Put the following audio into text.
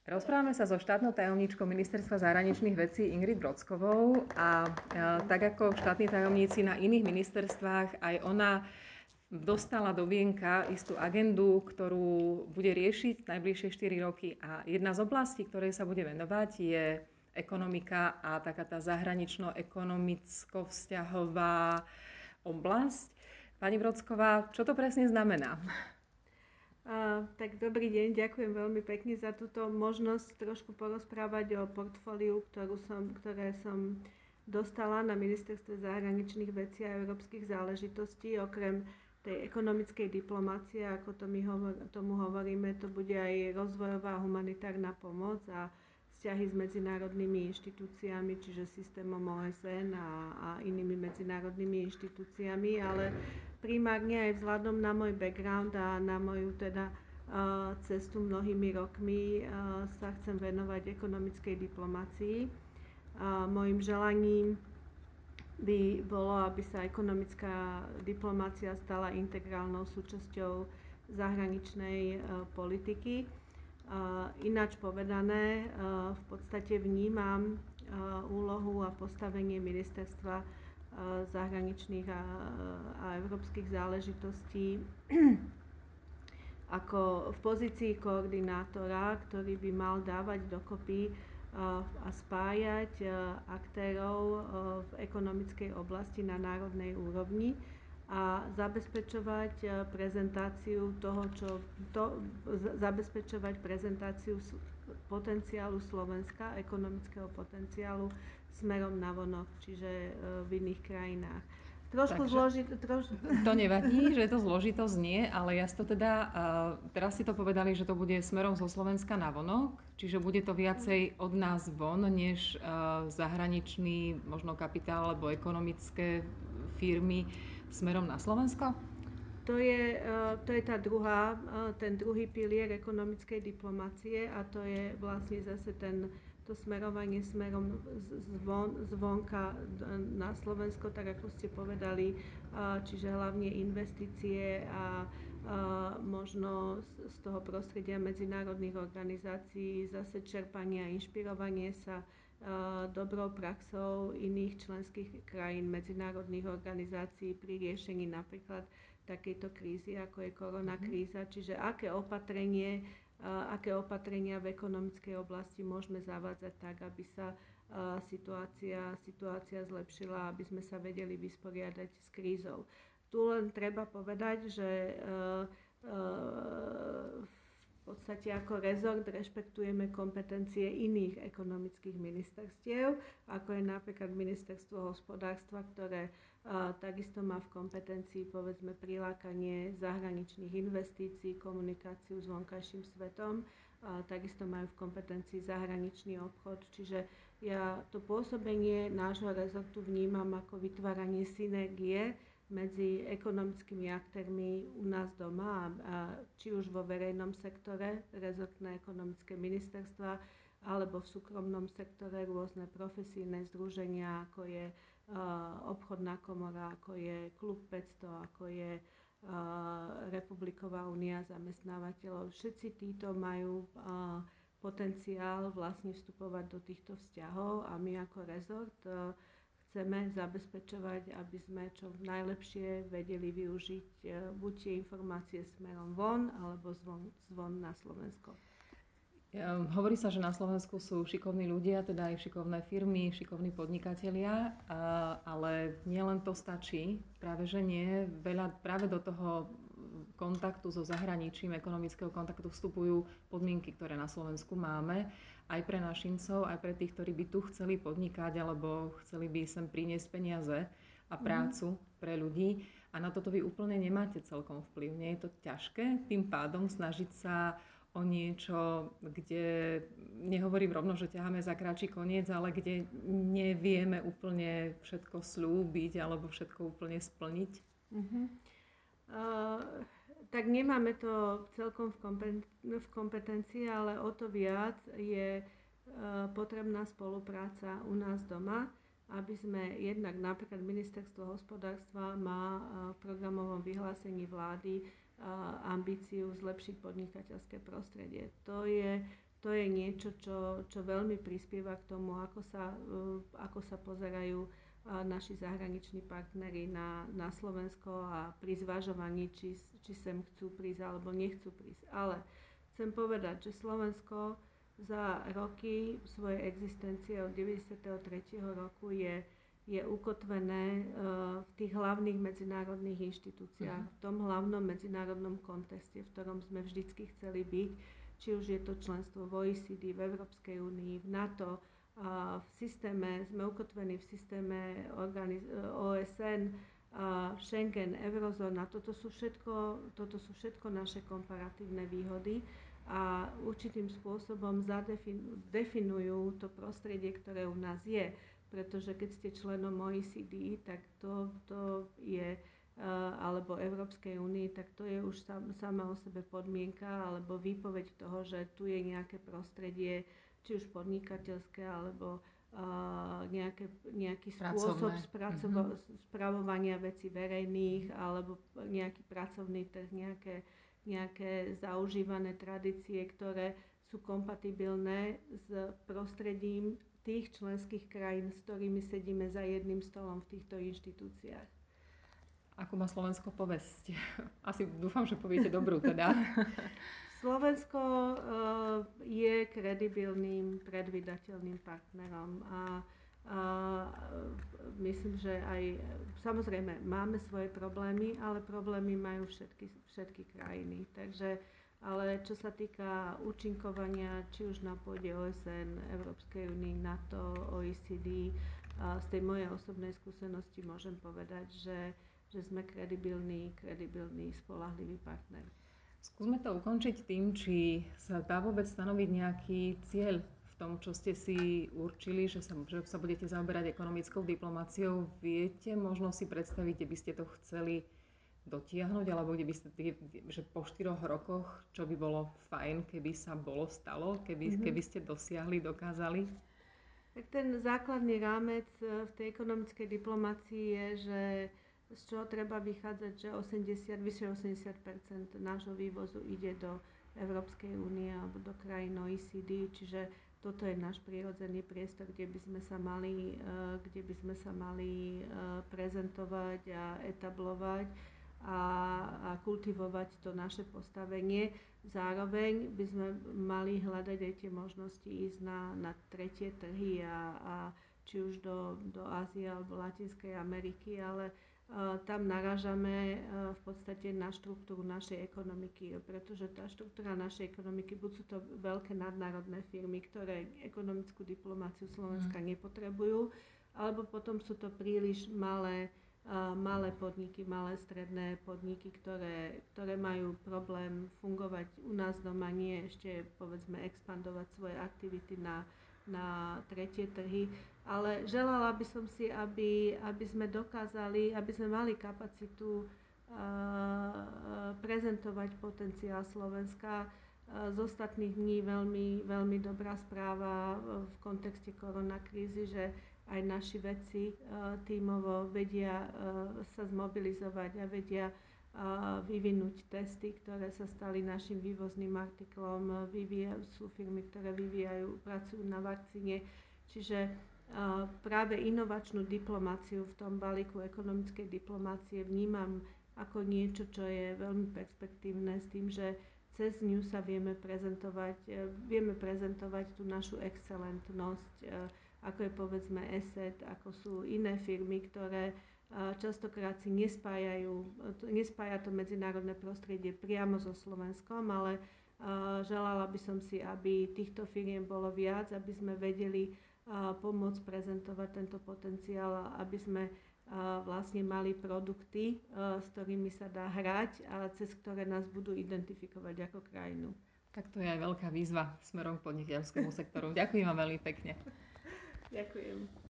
Rozprávame sa so štátnou tajomníčkou Ministerstva zahraničných vecí Ingrid Brockovou a tak ako štátni tajomníci na iných ministerstvách, aj ona dostala do vienka istú agendu, ktorú bude riešiť najbližšie 4 roky. A jedna z oblastí, ktorej sa bude venovať, je ekonomika a taká tá zahranično-ekonomicko-vzťahová oblasť. Pani Brocková, čo to presne znamená? Tak dobrý deň, ďakujem veľmi pekne za túto možnosť trošku porozprávať o portfóliu, ktoré som dostala na Ministerstve zahraničných vecí a európskych záležitostí. Okrem tej ekonomickej diplomácie, ako tomu hovoríme, to bude aj rozvojová humanitárna pomoc a vzťahy s medzinárodnými inštitúciami, čiže systémom OSN a inými medzinárodnými inštitúciami, ale primárne aj vzhľadom na môj background a na moju cestu mnohými rokmi sa chcem venovať ekonomickej diplomácii. Mojím želaním by bolo, aby sa ekonomická diplomácia stala integrálnou súčasťou zahraničnej politiky. Ináč povedané, v podstate vnímam úlohu a postavenie ministerstva zahraničných a európskych záležitostí ako v pozícii koordinátora, ktorý by mal dávať dokopy a spájať aktérov v ekonomickej oblasti na národnej úrovni a zabezpečovať prezentáciu potenciálu Slovenska, ekonomického potenciálu smerom navonok, čiže v iných krajinách. Trošku zložité. To nevadí, že to zložito znie, ale ja to teda, teraz si to povedali, že to bude smerom zo Slovenska navonok, čiže bude to viacej od nás von, než zahraničný možno kapitál alebo ekonomické firmy smerom na Slovensko? To je ten druhý pilier ekonomickej diplomácie a to je vlastne zase to smerovanie smerom zvonka na Slovensko, tak ako ste povedali, čiže hlavne investície a možno z toho prostredia medzinárodných organizácií zase čerpanie a inšpirovanie sa dobrou praxou iných členských krajín, medzinárodných organizácií pri riešení napríklad takejto krízy, ako je koronakríza, čiže aké opatrenia v ekonomickej oblasti môžeme zavádzať tak, aby sa situácia zlepšila, aby sme sa vedeli vysporiadať s krízou. Tu len treba povedať, že v podstate ako rezort rešpektujeme kompetencie iných ekonomických ministerstiev, ako je napríklad ministerstvo hospodárstva, ktoré takisto má v kompetencii povedzme prilákanie zahraničných investícií, komunikáciu s vonkajším svetom, takisto majú v kompetencii zahraničný obchod, čiže ja to pôsobenie nášho rezortu vnímam ako vytváranie synergie medzi ekonomickými aktérmi u nás doma, či už vo verejnom sektore, rezortné ekonomické ministerstva, alebo v súkromnom sektore rôzne profesijné združenia, ako je obchodná komora, ako je Klub 500, ako je Republiková únia zamestnávateľov. Všetci títo majú potenciál vlastne vstupovať do týchto vzťahov a my ako rezort chceme zabezpečovať, aby sme čo najlepšie vedeli využiť buď tie informácie smerom von, alebo zvon na Slovensko. Hovorí sa, že na Slovensku sú šikovní ľudia, teda aj šikovné firmy, šikovní podnikatelia, ale nielen to stačí, práve že nie. Práve do toho kontaktu so zahraničím, ekonomického kontaktu vstupujú podmienky, ktoré na Slovensku máme, aj pre našincov, aj pre tých, ktorí by tu chceli podnikať alebo chceli by sem priniesť peniaze a prácu pre ľudí. A na toto vy úplne nemáte celkom vplyv. Nie je to ťažké tým pádom snažiť sa o niečo, kde nehovorím rovno, že ťaháme za kratší koniec, ale kde nevieme úplne všetko slúbiť alebo všetko úplne splniť? Tak nemáme to celkom v kompetencii, ale o to viac je potrebná spolupráca u nás doma, aby sme jednak napríklad ministerstvo hospodárstva má v programovom vyhlásení vlády ambíciu zlepšiť podnikateľské prostredie. To je to je niečo, čo veľmi prispieva k tomu, ako sa pozerajú naši zahraniční partneri na Slovensko a pri zvažovaní, či sem chcú prísť alebo nechcú prísť. Ale chcem povedať, že Slovensko za roky svojej existencie od 93. roku je ukotvené v tých hlavných medzinárodných inštitúciách, v tom hlavnom medzinárodnom kontexte, v ktorom sme vždycky chceli byť, či už je to členstvo v OECD, v Európskej únii, v NATO, sme ukotvení v systéme OSN, Schengen, Eurozóna. Toto sú všetko naše komparatívne výhody a určitým spôsobom definujú to prostredie, ktoré u nás je. Pretože keď ste členom OECD, tak to je, alebo Európskej únie, tak to je už sama o sebe podmienka alebo výpoveď toho, že tu je nejaké prostredie, či už podnikateľské, alebo nejaký spôsob spravovania vecí verejných, alebo nejaký pracovný trh, nejaké zaužívané tradície, ktoré sú kompatibilné s prostredím tých členských krajín, s ktorými sedíme za jedným stolom v týchto inštitúciách. Ako má Slovensko povesť? Asi dúfam, že poviete dobrú teda. Slovensko je kredibilným, predvídateľným partnerom a myslím, že aj samozrejme máme svoje problémy, ale problémy majú všetky krajiny. Takže, ale čo sa týka účinkovania, či už na pôde OSN, Európskej únie, NATO, OECD, z tej mojej osobnej skúsenosti môžem povedať, že sme kredibilný, spoľahlivý partner. Skúsme to ukončiť tým, či sa dá vôbec stanoviť nejaký cieľ v tom, čo ste si určili, že sa budete zaoberať ekonomickou diplomáciou. Viete možno si predstaviť, kde by ste to chceli dotiahnuť, alebo že po 4 rokoch, čo by bolo fajn, keby sa stalo, keby ste dosiahli, dokázali? Tak ten základný rámec v tej ekonomickej diplomácii je, že z čoho treba vychádzať, že vyše 80% nášho vývozu ide do Európskej únie alebo do krajín OECD, čiže toto je náš prirodzený priestor, kde by sme sa mali prezentovať a etablovať a kultivovať to naše postavenie. Zároveň by sme mali hľadať aj tie možnosti ísť na tretie trhy a či už do Ázie alebo Latinskej Ameriky, ale tam narážame v podstate na štruktúru našej ekonomiky, pretože tá štruktúra našej ekonomiky, buď sú to veľké nadnárodné firmy, ktoré ekonomickú diplomáciu Slovenska nepotrebujú, alebo potom sú to príliš malé podniky, malé stredné podniky, ktoré majú problém fungovať u nás doma, nie ešte povedzme expandovať svoje aktivity na tretie trhy. Ale želala by som si, aby sme mali kapacitu prezentovať potenciál Slovenska. Z ostatných dní veľmi dobrá správa v kontexte koronakrízy, že aj naši vedci tímovo vedia sa zmobilizovať a vedia vyvinúť testy, ktoré sa stali našim vývozným artiklom. Sú firmy, ktoré pracujú na vakcíne. Čiže práve inovačnú diplomáciu v tom balíku ekonomickej diplomácie vnímam ako niečo, čo je veľmi perspektívne, s tým, že cez ňu sa vieme prezentovať tú našu excelentnosť, ako je povedzme ESET, ako sú iné firmy, ktoré častokrát si nespája to medzinárodné prostredie priamo so Slovenskom, ale želala by som si, aby týchto firiem bolo viac, aby sme vedeli pomôcť prezentovať tento potenciál, aby sme vlastne mali produkty, s ktorými sa dá hrať a cez ktoré nás budú identifikovať ako krajinu. Tak to je aj veľká výzva smerom k podnikateľskému sektoru. Ďakujem vám veľmi pekne. Ďakujem.